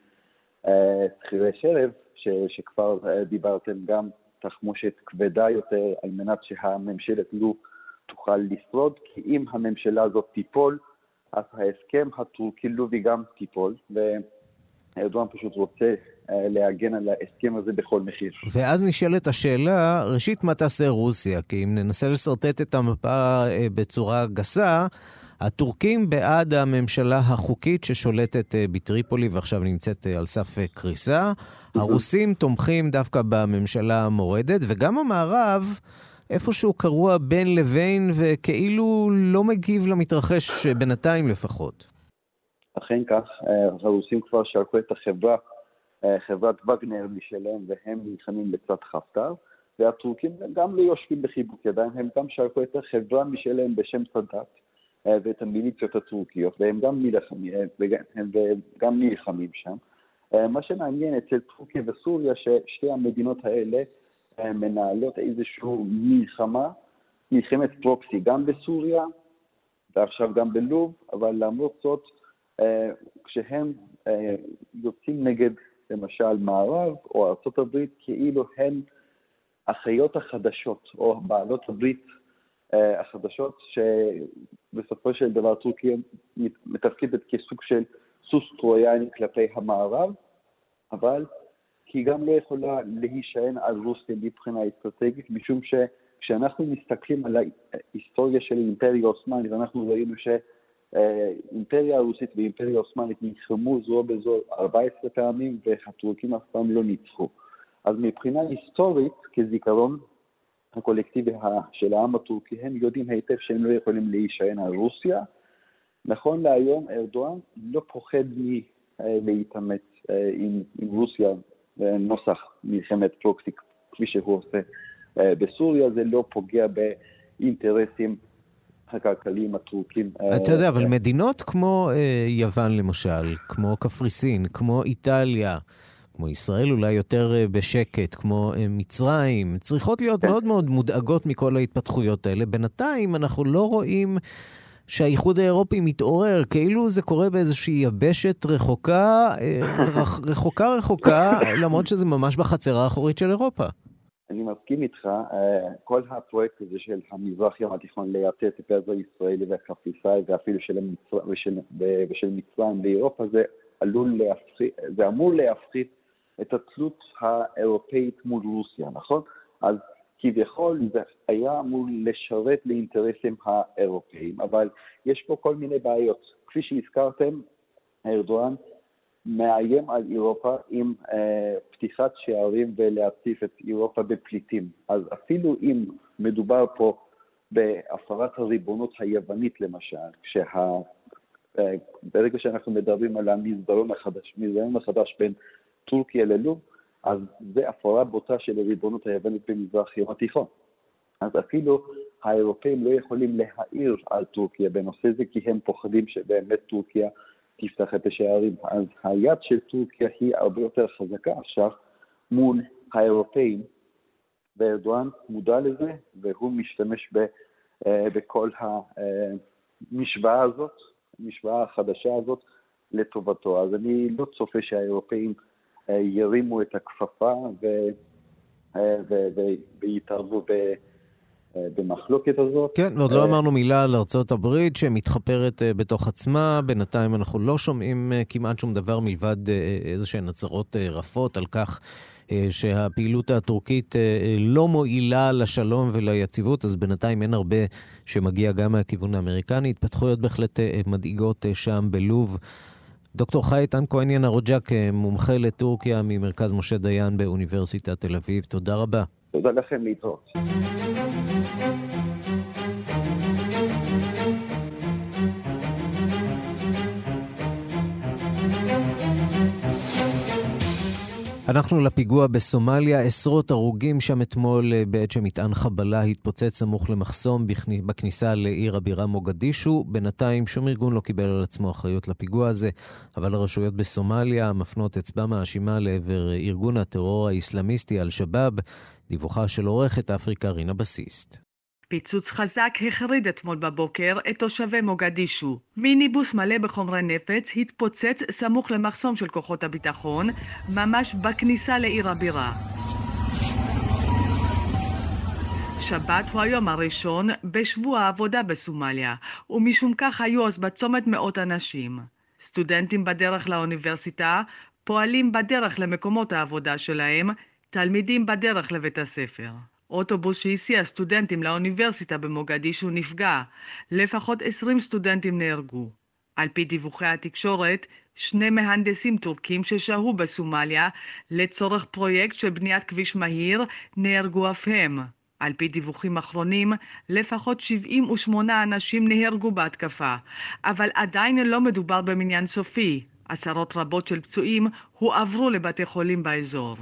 מסחירי חרב, שכבר דיברתם, גם תחמושת כבדה יותר על מנת שהממשלת לוב תוכל לשרוד, כי אם הממשלה הזאת תיפול, אז ההסכם הטורקי-לובי גם תיפול, וארדואן פשוט רוצה להגן על ההסכם הזה בכל מחיר. ואז נשאלת השאלה, ראשית, מה תעשה רוסיה? כי אם ננסה לסרטט את המפה בצורה גסה, הטורקים בעד הממשלה החוקית ששולטת בטריפולי ועכשיו נמצאת על סף קריסה. הרוסים תומכים דווקא בממשלה המורדת, וגם המערב איפשהו קרוע בין לבין, וכאילו לא מגיב למתרחש בינתיים לפחות. אכן כך, הרוסים כבר שרקו את החברה, חברת וגנר משלם, והם נלחמים לצד חפטר, והטורקים גם לא יושבים בחיבוק ידיים, הם גם שרקו את החברה משלם בשם סאדאת, ואת המיליציות הטורקיות, והם גם נלחמים, והם גם נלחמים שם. מה שמעניין אצל טורקיה וסוריה, ששתי המדינות האלה מנהלות איזשהו מלחמה, מלחמת פרוקסי, גם בסוריה, ועכשיו גם בלוב, אבל למרות זאת, כשהם יוצאים נגד, למשל, מערב או ארצות הברית, כאילו הן אחיות החדשות, או בעלות הברית החדשות, שבסופו של דבר טורקיה מתפקדת כסוג של סוס טרויאני כלפי המערב, אבל היא גם לא יכולה להישען על רוסיה מבחינה אסטרטגית, משום שכשאנחנו מסתכלים על ההיסטוריה של האימפריה העות'מאנית, אנחנו ראינו שהאימפריה הרוסית והאימפריה העות'מאנית נלחמו זו בזו ארבע עשרה פעמים, והטורקים אף פעם לא ניצחו. אז מבחינה היסטורית, כזיכרון הקולקטיבי של העם הטורקי, הם יודעים היטב שהם לא יכולים להישען על רוסיה. נכון להיום, ארדואן לא פוחד מלהתאמץ עם, עם רוסיה נוסח מלחמת פרוקסי, כפי שהוא עושה בסוריה. זה לא פוגע באינטרסים הכלכליים הטורקים. אתה יודע, אבל מדינות כמו יוון למשל, כמו קפריסין, כמו איטליה, כמו ישראל אולי יותר בשקט, כמו מצרים, צריכות להיות מאוד מאוד מודאגות מכל ההתפתחויות האלה. בינתיים אנחנו לא רואים שהאיחוד האירופי מתעורר, כאילו זה קורה באיזושהי יבשת רחוקה, רחוקה רחוקה, למרות שזה ממש בחצרה האחורית של אירופה. אני מסכים איתך, כל הפרויקט הזה של המזרח ים התיכון לייצא את הגז הישראלי והקפריסאי, ואפילו של המצרים, ושל, ושל מצרים באירופה, זה עלול להפחית, זה אמור להפחית את התלות האירופאית מול רוסיה, נכון? אז כביכול זה היה אמור לשרת לאינטרסים האירופאים, אבל יש פה כל מיני בעיות. כפי שהזכרתם, ארדואן מאיים על אירופה עם אה, פתיחת שערים ולהציף את אירופה בפליטים. אז אפילו אם מדובר פה בהפרת הריבונות היוונית למשל, שה, אה, ברגע שאנחנו מדברים על המסדרון החדש, מסדרון החדש בין טורקיה ללוב, אז זה הפרה בוטה של הריבונות היוונית במזרח ים התיכון. אז אפילו האירופאים לא יכולים להעיר על טורקיה בנושא זה, כי הם פוחדים שבאמת טורקיה תפתח את השערים. אז היד של טורקיה היא הרבה יותר חזקה עכשיו מול האירופאים, וארדואן מודע לזה, והוא משתמש ב, בכל המשוואה הזאת, המשוואה החדשה הזאת לטובתו. אז אני לא צופה שהאירופאים ירימו את הכפפה ויתערבו במחלוקת הזאת. כן, ועוד לא אמרנו מילה על ארצות הברית שמתחפרת בתוך עצמה. בינתיים אנחנו לא שומעים כמעט שום דבר מלבד איזה שהן הצהרות רפות על כך שהפעילות הטורקית לא מועילה לשלום וליציבות, אז בינתיים אין הרבה שמגיע גם מהכיוון האמריקני. התפתחויות בהחלט מדאיגות שם בלוב. דוקטור חייטן כהן רוג'ק, מומחה לטורקיה ממרכז משה דיין באוניברסיטת תל אביב. תודה רבה. תודה לכם, להתראות. אנחנו לפיגוע בסומליה, עשרות הרוגים שם אתמול בעת שמטען חבלה התפוצץ סמוך למחסום בכניסה לעיר הבירה מוגדישו. בינתיים שום ארגון לא קיבל על עצמו אחריות לפיגוע הזה, אבל הרשויות בסומליה מפנות אצבע מאשימה לעבר ארגון הטרור האסלאמיסטי אל-שבאב. דיווחה של עורכת אפריקה רינה בסיסט. פיצוץ חזק החריד אתמול בבוקר את תושבי מוגדישו. מיניבוס מלא בחומרי נפץ התפוצץ סמוך למחסום של כוחות הביטחון, ממש בכניסה לעיר הבירה. שבת הוא היום הראשון בשבוע העבודה בסומליה, ומשום כך היו אז בצומת מאות אנשים. סטודנטים בדרך לאוניברסיטה, פועלים בדרך למקומות העבודה שלהם, תלמידים בדרך לבית הספר. אוטובוס שהסיע סטודנטים לאוניברסיטה במוגדישו נפגע. לפחות עשרים סטודנטים נהרגו. על פי דיווחי התקשורת, שני מהנדסים טורקים ששהו בסומליה לצורך פרויקט של בניית כביש מהיר נהרגו אף הם. על פי דיווחים אחרונים, לפחות שבעים ושמונה אנשים נהרגו בהתקפה, אבל עדיין לא מדובר במניין סופי. עשרות רבות של פצועים הועברו לבתי חולים באזור.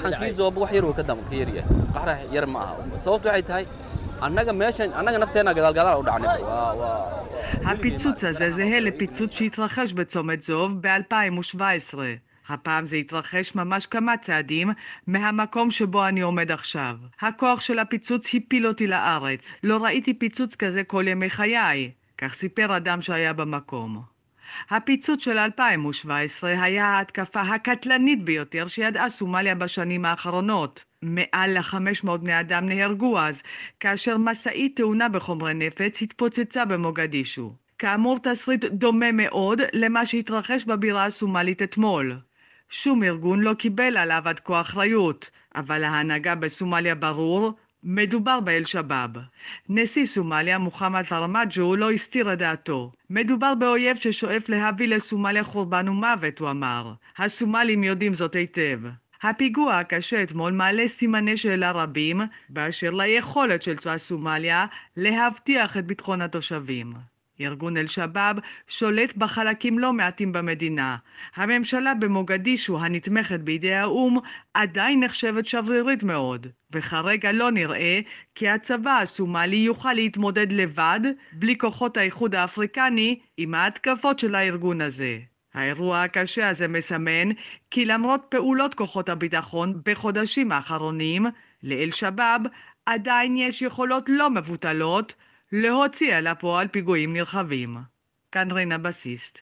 הפיצוץ הזה זהה לפיצוץ שהתרחש בצומת זוב ב-אלפיים שבע עשרה. הפעם זה התרחש ממש כמה צעדים מהמקום שבו אני עומד עכשיו. הכוח של הפיצוץ הפיל אותי לארץ. לא ראיתי פיצוץ כזה כל ימי חיי, כך סיפר אדם שהיה במקום. הפיצוץ של אלפיים שבע עשרה היה ההתקפה הקטלנית ביותר שידעה סומליה בשנים האחרונות. מעל ל-חמש מאות בני אדם נהרגו אז, כאשר מסעית תאונה בחומרי נפץ התפוצצה במוגדישו. כאמור תסריט דומה מאוד למה שהתרחש בבירה הסומלית אתמול. שום ארגון לא קיבל עליו עד כה אחריות, אבל ההנהגה בסומליה ברור, מדובר באל-שבאב. נשיא סומליה מוחמד פרמג'ו לא הסתיר את דעתו. מדובר באויב ששואף להביא לסומליה חורבן ומוות, הוא אמר. הסומלים יודעים זאת היטב. הפיגוע הקשה אתמול מעלה סימני שאלה רבים באשר ליכולת של צבא סומליה להבטיח את ביטחון התושבים. ארגון אל-שבאב שולט בחלקים לא מעטים במדינה. הממשלה במוגדישו הנתמכת בידי האום עדיין נחשבת שברירית מאוד, וכרגע לא נראה כי הצבא הסומלי יוכל להתמודד לבד, בלי כוחות האיחוד האפריקני, עם ההתקפות של הארגון הזה. האירוע הקשה הזה מסמן כי למרות פעולות כוחות הביטחון בחודשים האחרונים, לאל-שבאב עדיין יש יכולות לא מבוטלות להוציא אל הפועל פיגועים נרחבים. כאן רינה בסיסט.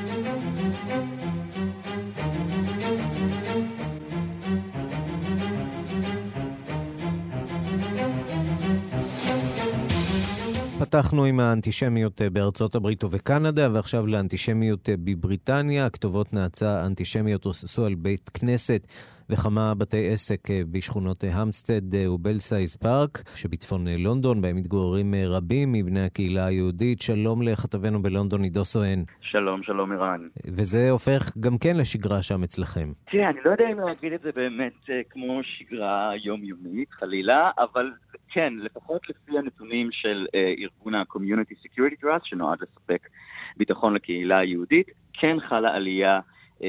פתחנו עם האנטישמיות בארצות הברית ובקנדה, ועכשיו לאנטישמיות בבריטניה. הכתובות נאצה אנטישמיות רוססו על בית כנסת וכמה בתי עסק בשכונות המסטד ובלסייז פארק שבצפון לונדון, בהם מתגוררים רבים מבני הקהילה היהודית. שלום לכתבנו בלונדון עידו סואן. שלום, שלום אירן. וזה הופך גם כן לשגרה שם אצלכם. תראה, אני לא יודע אם להגיד את זה באמת כמו שגרה יומיומית, חלילה, אבל כן, לפחות לפי הנתונים של ארגון ה-Community Security Trust, שנועד לספק ביטחון לקהילה היהודית, כן חלה עלייה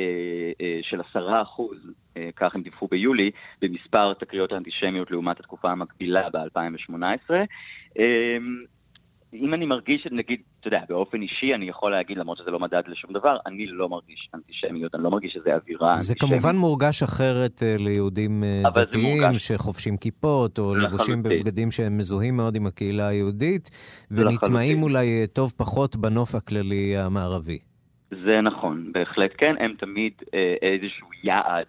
של עשרה אחוז, כך הם דיווחו ביולי, במספר תקריות האנטישמיות לעומת התקופה המקבילה ב-אלפיים שמונה עשרה. אם אני מרגיש, נגיד, אתה יודע, באופן אישי אני יכול להגיד, למרות שזה לא מדד לשום דבר, אני לא מרגיש אנטישמיות, אני לא מרגיש שזה אווירה זה אנטישמית. כמובן מורגש אחרת ליהודים דתיים שחובשים כיפות, או לבושים בבגדים שהם מזוהים מאוד עם הקהילה היהודית, ונטמעים אולי טוב פחות בנוף הכללי המערבי. זה נכון, בהחלט כן, הם תמיד אה, איזשהו יעד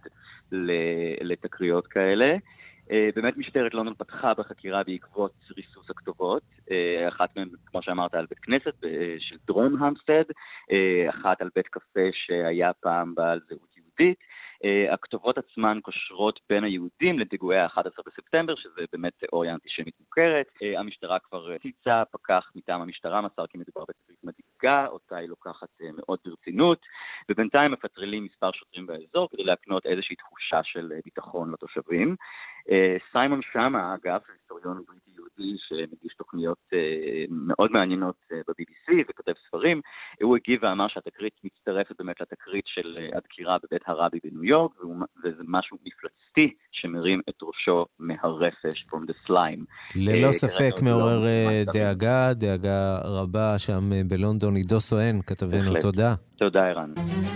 לתקריות כאלה. אה, באמת משטרת לונדון פתחה בחקירה בעקבות ריסוס הכתובות, אה, אחת מהן, כמו שאמרת, על בית כנסת אה, של דרום המסטד, אה, אחת על בית קפה שהיה פעם בעל זהות יהודית. Uh, הכתובות עצמן קושרות בין היהודים לפיגועי ה-אחד עשר בספטמבר, שזה באמת תיאוריה אנטישמית מוכרת. Uh, המשטרה כבר ציצה, פקח מטעם המשטרה מסר כי מדובר בתקרית מדאיגה, אותה היא לוקחת uh, מאוד ברצינות, ובינתיים מפטרלים מספר שוטרים באזור כדי להקנות איזושהי תחושה של uh, ביטחון לתושבים. Uh, סיימון שמה, אגב, היסטוריון בריטי יהודי שמגיש תוכניות uh, מאוד מעניינות uh, ב-בי בי סי וכותב ספרים, הוא הגיב ואמר שהתקרית מצטרפת באמת לתקרית של uh, הדקירה בבית הרבי בניו יורק, וזה משהו מפלצתי שמרים את ראשו מהרפש, from the slime. ללא ספק מעורר דאגה, דאגה רבה שם בלונדון. עידו סואן, כתבנו, תודה. תודה, אירן.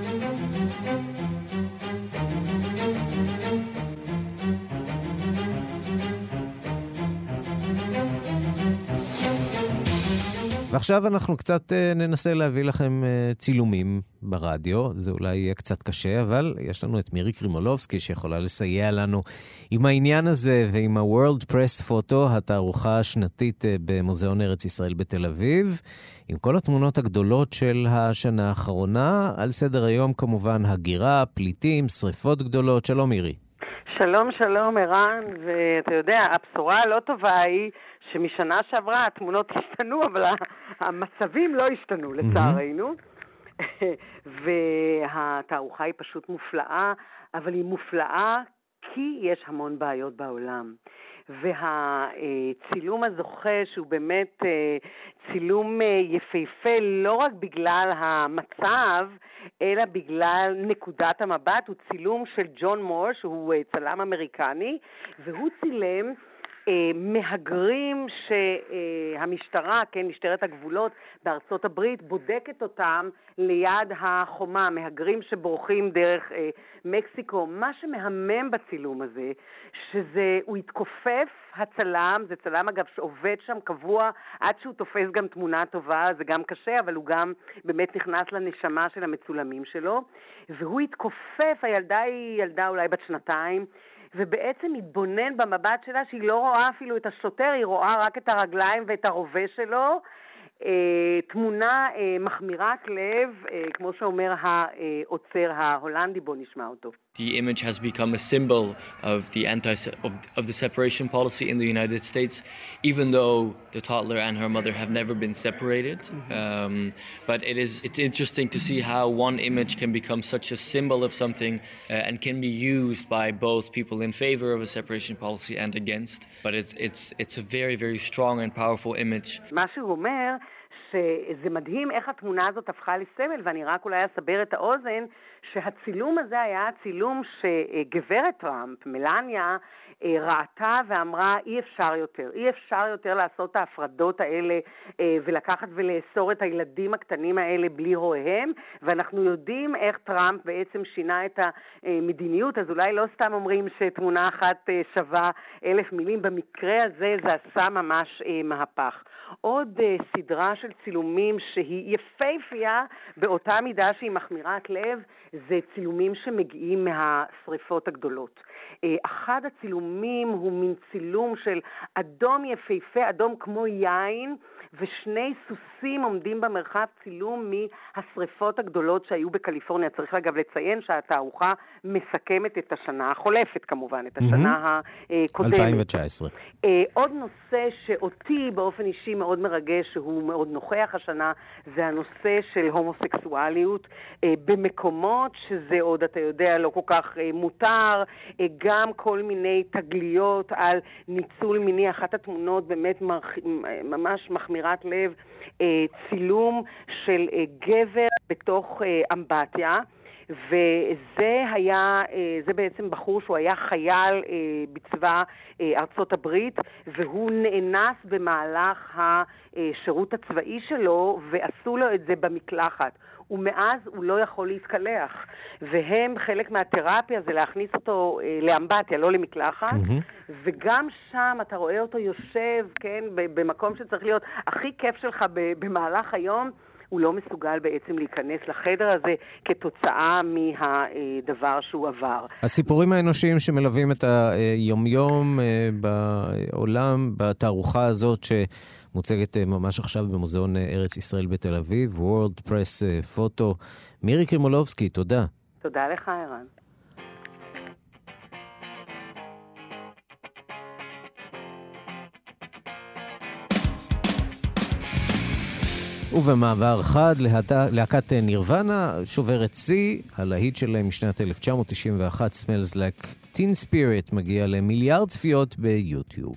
ועכשיו אנחנו קצת ננסה להביא לכם צילומים ברדיו. זה אולי יהיה קצת קשה, אבל יש לנו את מירי קרימולובסקי שיכולה לסייע לנו עם העניין הזה ועם ה-World Press Photo, התערוכה השנתית במוזיאון ארץ ישראל בתל אביב, עם כל התמונות הגדולות של השנה האחרונה. על סדר היום כמובן הגירה, פליטים, שריפות גדולות. שלום מירי. שלום, שלום ערן, ואתה יודע, הבשורה הלא טובה היא שמשנה שעברה התמונות השתנו, אבל המצבים לא השתנו לצערנו. והתערוכה היא פשוט מופלאה, אבל היא מופלאה כי יש המון בעיות בעולם. והצילום הזוכה שהוא באמת צילום יפהפה לא רק בגלל המצב, אלא בגלל נקודת המבט. הוא צילום של ג'ון מור, שהוא צלם אמריקני, והוא צילם מהגרים שהמשטרה, כן, משטרת הגבולות בארצות הברית, בודקת אותם ליד החומה, מהגרים שבורחים דרך אה, מקסיקו. מה שמהמם בצילום הזה, שזה, הוא התכופף, הצלם, זה צלם אגב שעובד שם קבוע, עד שהוא תופס גם תמונה טובה, זה גם קשה, אבל הוא גם באמת נכנס לנשמה של המצולמים שלו, והוא התכופף, הילדה היא ילדה אולי בת שנתיים, ובעצם מתבונן במבט שלה שהיא לא רואה אפילו את השוטר, היא רואה רק את הרגליים ואת הרובה שלו. אה, תמונה אה, מחמירת לב, אה, כמו שאומר העוצר ההולנדי, בוא נשמע אותו. The image has become a symbol of the anti of, of the separation policy in the United States, even though the toddler and her mother have never been separated. Mm-hmm. Um, but it is it's interesting to see how one image can become such a symbol of something uh, and can be used by both people in favor of a separation policy and against. But it's it's it's a very very strong and powerful image. מה שהוא אומר שזה מדהים איך התמונה הזאת הפכה לסמל, ואני רק אולי אסבר את האוזן, שהצילום הזה היה הצילום שגברת טראמפ, מלניה, ראתה ואמרה אי אפשר יותר, אי אפשר יותר לעשות את ההפרדות האלה ולקחת ולאסור את הילדים הקטנים האלה בלי הוריהם, ואנחנו יודעים איך טראמפ בעצם שינה את המדיניות, אז אולי לא סתם אומרים שתמונה אחת שווה אלף מילים, במקרה הזה זה עשה ממש מהפך. עוד סדרה של צילומים שהיא יפהפייה באותה מידה שהיא מחמירת לב, זה צילומים שמגיעים מהשריפות הגדולות. אחד הצילומים הוא מין צילום של אדום יפהפה, אדום כמו יין, ושני סוסים עומדים במרחב צילום מהשריפות הגדולות שהיו בקליפורניה. צריך אגב לציין שהתערוכה מסכמת את השנה החולפת כמובן, את השנה הקודמת. אלפיים תשע עשרה. עוד נושא שאותי באופן אישי מאוד מרגש, שהוא מאוד נוכח השנה, זה הנושא של הומוסקסואליות במקומות שזה עוד, אתה יודע, לא כל כך מותר, גם כל מיני תגליות על ניצול מיני. אחת התמונות באמת ממש מחמירה לב, צילום של גבר בתוך אמבטיה, וזה היה, זה בעצם בחור שהוא היה חייל בצבא ארצות הברית, והוא נאנס במהלך השירות הצבאי שלו, ועשו לו את זה במקלחת. ומאז הוא לא יכול להתקלח. והם, חלק מהתרפיה זה להכניס אותו אה, לאמבטיה, לא למקלחת, mm-hmm. וגם שם אתה רואה אותו יושב, כן, במקום שצריך להיות הכי כיף שלך במהלך היום, הוא לא מסוגל בעצם להיכנס לחדר הזה כתוצאה מהדבר שהוא עבר. הסיפורים האנושיים שמלווים את היומיום בעולם, בתערוכה הזאת שמוצגת ממש עכשיו במוזיאון ארץ ישראל בתל אביב, World Press Photo. מירי קרימולובסקי, תודה. תודה לך, ערן. ובמעבר חד, להקת נירוונה שוברת שיא, הלהיט שלהם משנת אלף תשע מאות תשעים ואחת, Smells Like Teen Spirit, מגיע למיליארד צפיות ביוטיוב.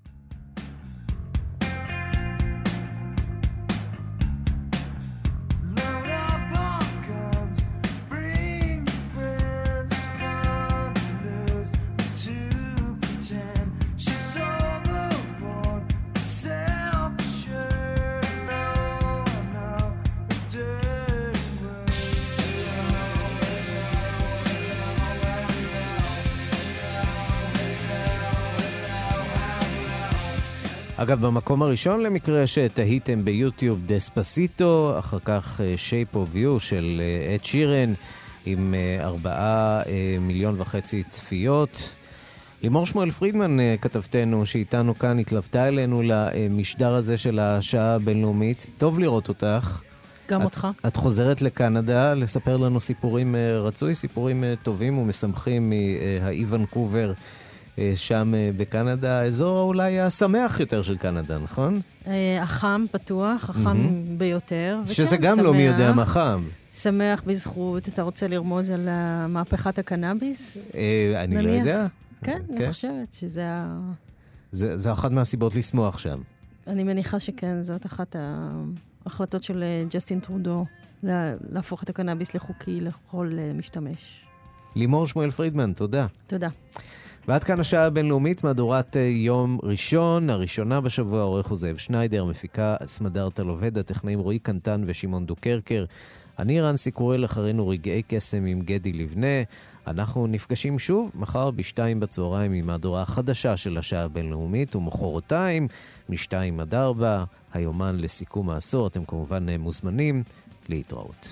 אגב, במקום הראשון למקרה שתהיתם ביוטיוב דספסיטו, אחר כך Shape of You של אד שירן עם ארבעה מיליון וחצי צפיות. לימור שמואל פרידמן, כתבתנו שאיתנו כאן, התלוותה אלינו למשדר הזה של השעה הבינלאומית. טוב לראות אותך. גם את, אותך. את חוזרת לקנדה לספר לנו סיפורים רצוי, סיפורים טובים ומשמחים מהאי ונקובר שם בקנדה, האזור אולי השמח יותר של קנדה, נכון? החם פתוח, החם ביותר. שזה גם לא מי יודע מה חם. שמח בזכות, אתה רוצה לרמוז על מהפכת הקנאביס? אני לא יודע. כן, אני חושבת שזה זה, זה אחת מהסיבות לשמוח שם. אני מניחה שכן, זאת אחת ההחלטות של ג'סטין טרודו, להפוך את הקנאביס לחוקי לכל משתמש. לימור שמואל פרידמן, תודה. תודה. ועד כאן השעה הבינלאומית, מהדורת יום ראשון, הראשונה בשבוע, עורך הוא זאב שניידר, מפיקה סמדר תלובד, הטכנאים רועי קנטן ושמעון דוקרקר. אני רנסי קורל, אחרינו רגעי קסם עם גדי לבנה. אנחנו נפגשים שוב מחר בשתיים בצהריים עם מהדורה החדשה של השעה הבינלאומית, ומחרתיים משתיים עד ארבע, היומן לסיכום העשור. אתם כמובן מוזמנים להתראות.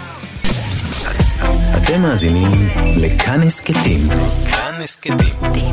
אתם מאזינים לכאן הסקטים. כאן הסקטים.